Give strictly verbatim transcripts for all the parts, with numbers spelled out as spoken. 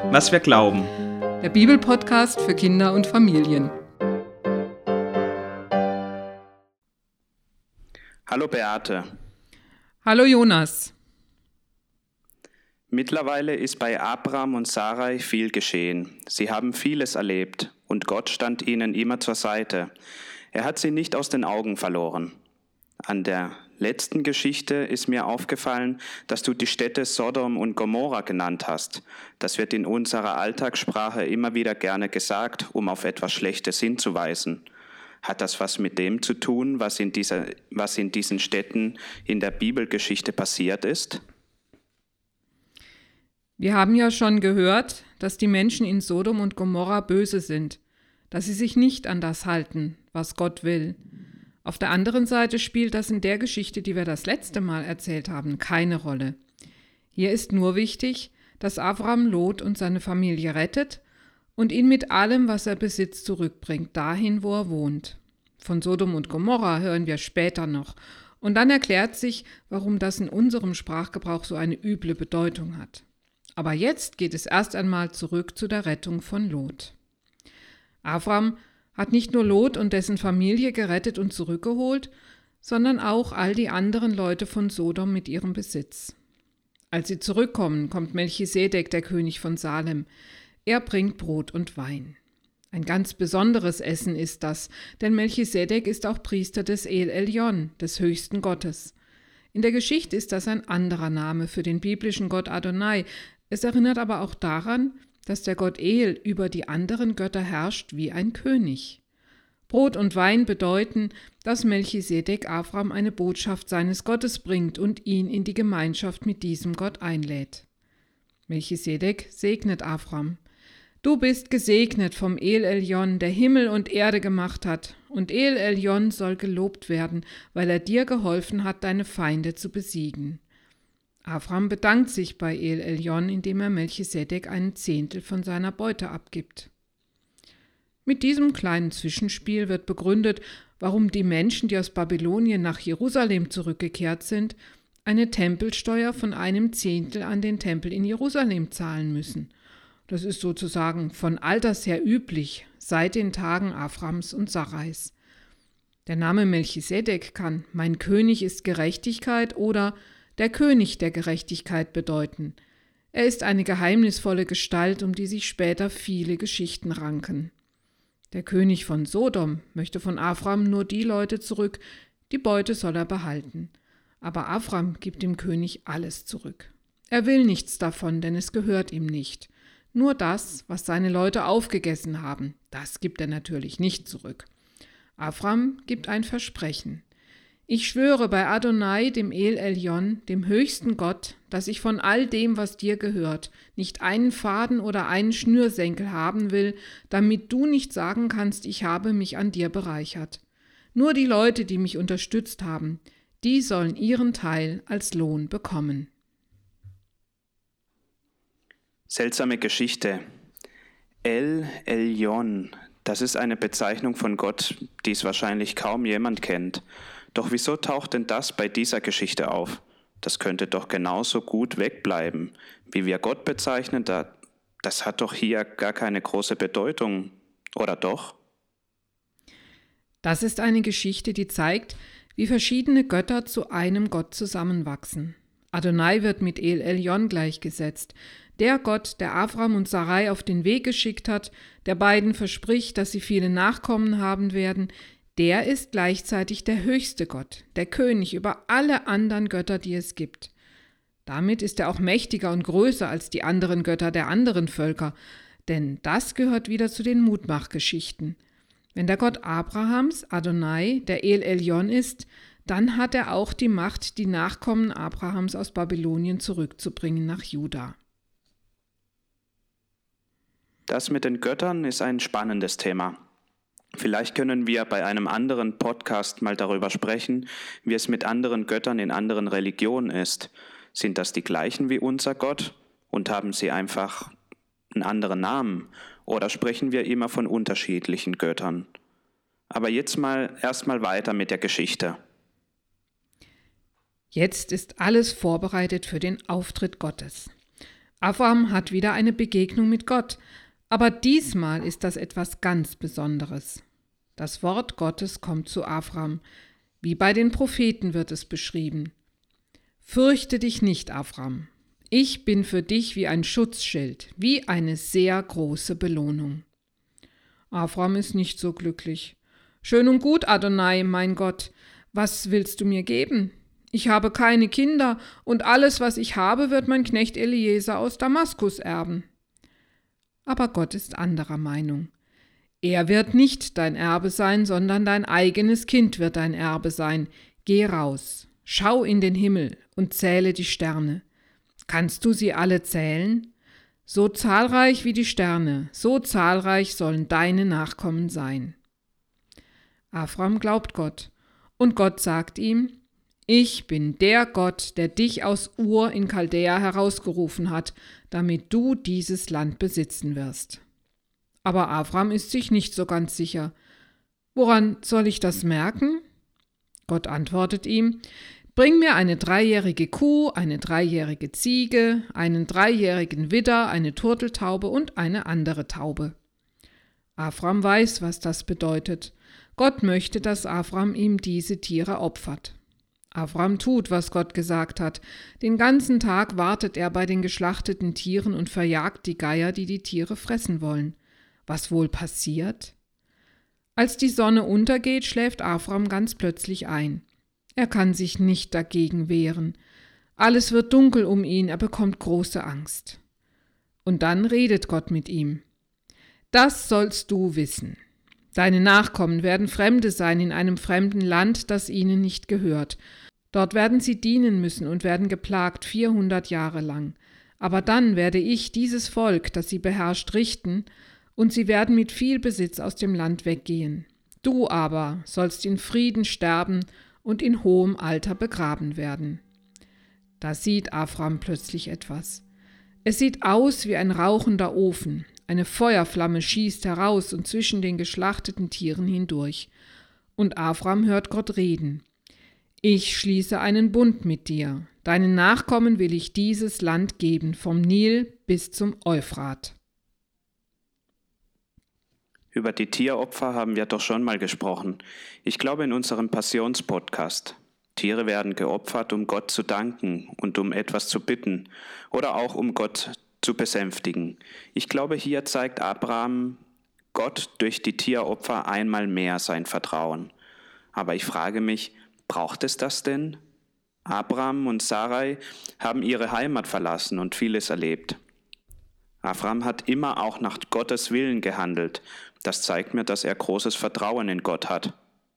was wir glauben. Der Bibelpodcast für Kinder und Familien. Hallo Beate. Hallo Jonas. Mittlerweile ist bei Abraham und Sarai viel geschehen. Sie haben vieles erlebt und Gott stand ihnen immer zur Seite. Er hat sie nicht aus den Augen verloren. An der letzten Geschichte ist mir aufgefallen, dass du die Städte Sodom und Gomorra genannt hast. Das wird in unserer Alltagssprache immer wieder gerne gesagt, um auf etwas Schlechtes hinzuweisen. Hat das was mit dem zu tun, was in dieser, was in diesen Städten in der Bibelgeschichte passiert ist? Wir haben ja schon gehört, dass die Menschen in Sodom und Gomorra böse sind, dass sie sich nicht an das halten, was Gott will. Auf der anderen Seite spielt das in der Geschichte, die wir das letzte Mal erzählt haben, keine Rolle. Hier ist nur wichtig, dass Avram Lot und seine Familie rettet und ihn mit allem, was er besitzt, zurückbringt, dahin, wo er wohnt. Von Sodom und Gomorra hören wir später noch. Und dann erklärt sich, warum das in unserem Sprachgebrauch so eine üble Bedeutung hat. Aber jetzt geht es erst einmal zurück zu der Rettung von Lot. Avram hat nicht nur Lot und dessen Familie gerettet und zurückgeholt, sondern auch all die anderen Leute von Sodom mit ihrem Besitz. Als sie zurückkommen, kommt Melchisedek, der König von Salem. Er bringt Brot und Wein. Ein ganz besonderes Essen ist das, denn Melchisedek ist auch Priester des El Elyon, des höchsten Gottes. In der Geschichte ist das ein anderer Name für den biblischen Gott Adonai. Es erinnert aber auch daran, dass der Gott El über die anderen Götter herrscht wie ein König. Brot und Wein bedeuten, dass Melchisedek Avram eine Botschaft seines Gottes bringt und ihn in die Gemeinschaft mit diesem Gott einlädt. Melchisedek segnet Avram. Du bist gesegnet vom El Elyon, der Himmel und Erde gemacht hat, und El Elyon soll gelobt werden, weil er dir geholfen hat, deine Feinde zu besiegen. Avram bedankt sich bei El Elyon, indem er Melchisedek einen Zehntel von seiner Beute abgibt. Mit diesem kleinen Zwischenspiel wird begründet, warum die Menschen, die aus Babylonien nach Jerusalem zurückgekehrt sind, eine Tempelsteuer von einem Zehntel an den Tempel in Jerusalem zahlen müssen. Das ist sozusagen von alters her üblich, seit den Tagen Avrams und Sarais. Der Name Melchisedek kann »Mein König ist Gerechtigkeit« oder »Der König der Gerechtigkeit« bedeuten. Er ist eine geheimnisvolle Gestalt, um die sich später viele Geschichten ranken. Der König von Sodom möchte von Avram nur die Leute zurück, die Beute soll er behalten. Aber Avram gibt dem König alles zurück. Er will nichts davon, denn es gehört ihm nicht. Nur das, was seine Leute aufgegessen haben, das gibt er natürlich nicht zurück. Avram gibt ein Versprechen. Ich schwöre bei Adonai, dem El Elyon, dem höchsten Gott, dass ich von all dem, was dir gehört, nicht einen Faden oder einen Schnürsenkel haben will, damit du nicht sagen kannst, ich habe mich an dir bereichert. Nur die Leute, die mich unterstützt haben, die sollen ihren Teil als Lohn bekommen. Seltsame Geschichte. El Elyon, das ist eine Bezeichnung von Gott, die es wahrscheinlich kaum jemand kennt. Doch wieso taucht denn das bei dieser Geschichte auf? Das könnte doch genauso gut wegbleiben. Wie wir Gott bezeichnen, das hat doch hier gar keine große Bedeutung, oder doch? Das ist eine Geschichte, die zeigt, wie verschiedene Götter zu einem Gott zusammenwachsen. Adonai wird mit El Elyon gleichgesetzt. Der Gott, der Avram und Sarai auf den Weg geschickt hat, der beiden verspricht, dass sie viele Nachkommen haben werden, der ist gleichzeitig der höchste Gott, der König über alle anderen Götter, die es gibt. Damit ist er auch mächtiger und größer als die anderen Götter der anderen Völker, denn das gehört wieder zu den Mutmachgeschichten. Wenn der Gott Abrahams, Adonai, der El Elyon ist, dann hat er auch die Macht, die Nachkommen Abrahams aus Babylonien zurückzubringen nach Juda. Das mit den Göttern ist ein spannendes Thema. Vielleicht können wir bei einem anderen Podcast mal darüber sprechen, wie es mit anderen Göttern in anderen Religionen ist. Sind das die gleichen wie unser Gott und haben sie einfach einen anderen Namen? Oder sprechen wir immer von unterschiedlichen Göttern? Aber jetzt mal erstmal weiter mit der Geschichte. Jetzt ist alles vorbereitet für den Auftritt Gottes. Abraham hat wieder eine Begegnung mit Gott, aber diesmal ist das etwas ganz Besonderes. Das Wort Gottes kommt zu Abraham. Wie bei den Propheten wird es beschrieben. Fürchte dich nicht, Abraham. Ich bin für dich wie ein Schutzschild, wie eine sehr große Belohnung. Abraham ist nicht so glücklich. Schön und gut, Adonai, mein Gott. Was willst du mir geben? Ich habe keine Kinder und alles, was ich habe, wird mein Knecht Eliezer aus Damaskus erben. Aber Gott ist anderer Meinung. Er wird nicht dein Erbe sein, sondern dein eigenes Kind wird dein Erbe sein. Geh raus, schau in den Himmel und zähle die Sterne. Kannst du sie alle zählen? So zahlreich wie die Sterne, so zahlreich sollen deine Nachkommen sein. Abraham glaubt Gott, und Gott sagt ihm: Ich bin der Gott, der dich aus Ur in Chaldäa herausgerufen hat, damit du dieses Land besitzen wirst. Aber Abraham ist sich nicht so ganz sicher. Woran soll ich das merken? Gott antwortet ihm: Bring mir eine dreijährige Kuh, eine dreijährige Ziege, einen dreijährigen Widder, eine Turteltaube und eine andere Taube. Abraham weiß, was das bedeutet. Gott möchte, dass Abraham ihm diese Tiere opfert. Abraham tut, was Gott gesagt hat. Den ganzen Tag wartet er bei den geschlachteten Tieren und verjagt die Geier, die die Tiere fressen wollen. Was wohl passiert? Als die Sonne untergeht, schläft Abraham ganz plötzlich ein. Er kann sich nicht dagegen wehren. Alles wird dunkel um ihn, er bekommt große Angst. Und dann redet Gott mit ihm. Das sollst du wissen. Deine Nachkommen werden Fremde sein in einem fremden Land, das ihnen nicht gehört. Dort werden sie dienen müssen und werden geplagt vierhundert Jahre lang. Aber dann werde ich dieses Volk, das sie beherrscht, richten, und sie werden mit viel Besitz aus dem Land weggehen. Du aber sollst in Frieden sterben und in hohem Alter begraben werden. Da sieht Abraham plötzlich etwas. Es sieht aus wie ein rauchender Ofen. Eine Feuerflamme schießt heraus und zwischen den geschlachteten Tieren hindurch. Und Abraham hört Gott reden. Ich schließe einen Bund mit dir. Deinen Nachkommen will ich dieses Land geben, vom Nil bis zum Euphrat. Über die Tieropfer haben wir doch schon mal gesprochen. Ich glaube in unserem Passionspodcast. Tiere werden geopfert, um Gott zu danken und um etwas zu bitten oder auch um Gott zu besänftigen. Ich glaube, hier zeigt Abraham Gott durch die Tieropfer einmal mehr sein Vertrauen. Aber ich frage mich, braucht es das denn? Abraham und Sarai haben ihre Heimat verlassen und vieles erlebt. Abraham hat immer auch nach Gottes Willen gehandelt. Das zeigt mir, dass er großes Vertrauen in Gott hat.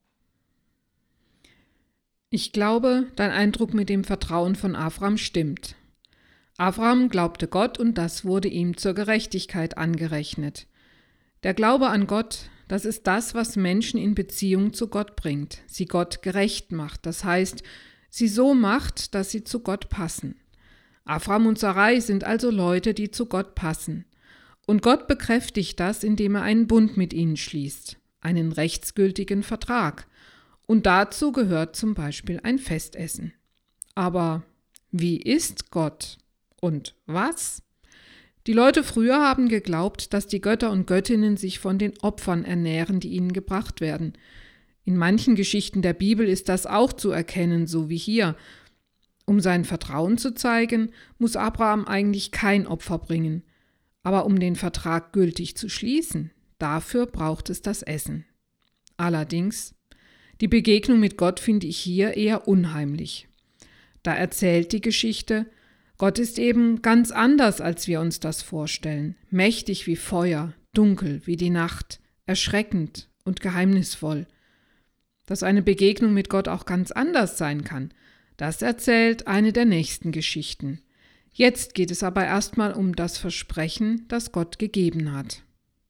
Ich glaube, dein Eindruck mit dem Vertrauen von Abraham stimmt. Abraham glaubte Gott und das wurde ihm zur Gerechtigkeit angerechnet. Der Glaube an Gott, das ist das, was Menschen in Beziehung zu Gott bringt, sie Gott gerecht macht, das heißt, sie so macht, dass sie zu Gott passen. Abraham und Sarai sind also Leute, die zu Gott passen. Und Gott bekräftigt das, indem er einen Bund mit ihnen schließt, einen rechtsgültigen Vertrag. Und dazu gehört zum Beispiel ein Festessen. Aber wie ist Gott? Und was? Die Leute früher haben geglaubt, dass die Götter und Göttinnen sich von den Opfern ernähren, die ihnen gebracht werden. In manchen Geschichten der Bibel ist das auch zu erkennen, so wie hier. Um sein Vertrauen zu zeigen, muss Abraham eigentlich kein Opfer bringen. Aber um den Vertrag gültig zu schließen, dafür braucht es das Essen. Allerdings, die Begegnung mit Gott finde ich hier eher unheimlich. Da erzählt die Geschichte, Gott ist eben ganz anders, als wir uns das vorstellen. Mächtig wie Feuer, dunkel wie die Nacht, erschreckend und geheimnisvoll. Dass eine Begegnung mit Gott auch ganz anders sein kann, das erzählt eine der nächsten Geschichten. Jetzt geht es aber erstmal um das Versprechen, das Gott gegeben hat.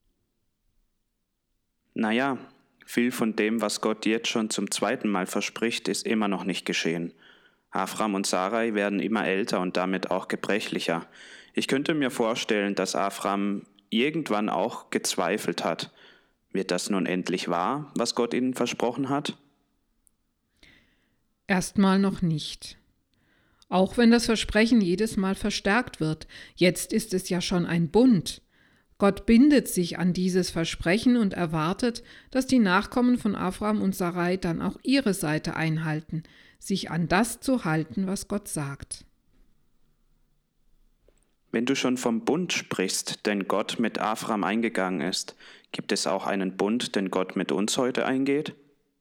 Naja, viel von dem, was Gott jetzt schon zum zweiten Mal verspricht, ist immer noch nicht geschehen. Abraham und Sarai werden immer älter und damit auch gebrechlicher. Ich könnte mir vorstellen, dass Abraham irgendwann auch gezweifelt hat. Wird das nun endlich wahr, was Gott ihnen versprochen hat? Erstmal noch nicht. Auch wenn das Versprechen jedes Mal verstärkt wird, jetzt ist es ja schon ein Bund. Gott bindet sich an dieses Versprechen und erwartet, dass die Nachkommen von Abraham und Sarai dann auch ihre Seite einhalten, sich an das zu halten, was Gott sagt. Wenn du schon vom Bund sprichst, den Gott mit Abraham eingegangen ist, gibt es auch einen Bund, den Gott mit uns heute eingeht?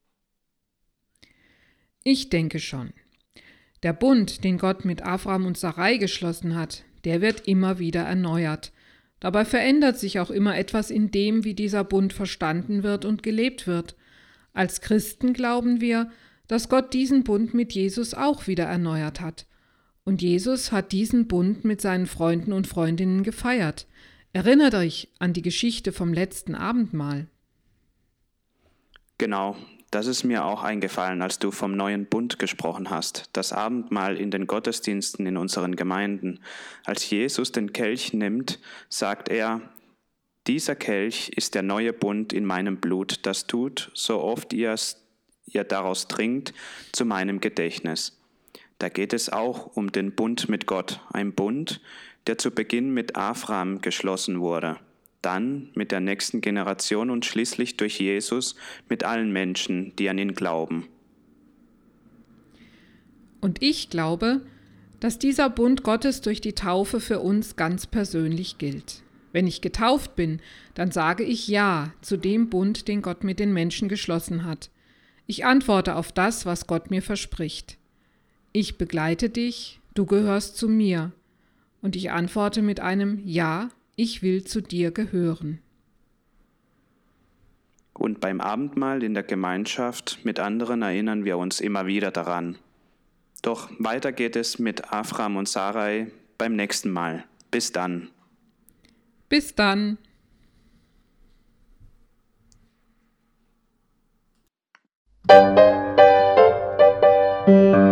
Ich denke schon. Der Bund, den Gott mit Abraham und Sarai geschlossen hat, der wird immer wieder erneuert. Dabei verändert sich auch immer etwas in dem, wie dieser Bund verstanden wird und gelebt wird. Als Christen glauben wir, dass Gott diesen Bund mit Jesus auch wieder erneuert hat. Und Jesus hat diesen Bund mit seinen Freunden und Freundinnen gefeiert. Erinnert euch an die Geschichte vom letzten Abendmahl. Genau, das ist mir auch eingefallen, als du vom neuen Bund gesprochen hast. Das Abendmahl in den Gottesdiensten in unseren Gemeinden. Als Jesus den Kelch nimmt, sagt er: Dieser Kelch ist der neue Bund in meinem Blut, das tut, so oft ihr, ihr daraus trinkt, zu meinem Gedächtnis. Da geht es auch um den Bund mit Gott, ein Bund, der zu Beginn mit Abraham geschlossen wurde, dann mit der nächsten Generation und schließlich durch Jesus mit allen Menschen, die an ihn glauben. Und ich glaube, dass dieser Bund Gottes durch die Taufe für uns ganz persönlich gilt. Wenn ich getauft bin, dann sage ich Ja zu dem Bund, den Gott mit den Menschen geschlossen hat. Ich antworte auf das, was Gott mir verspricht. Ich begleite dich, du gehörst zu mir. Und ich antworte mit einem Ja, ich will zu dir gehören. Und beim Abendmahl in der Gemeinschaft mit anderen erinnern wir uns immer wieder daran. Doch weiter geht es mit Abraham und Sarai beim nächsten Mal. Bis dann. Bis dann. Thank you.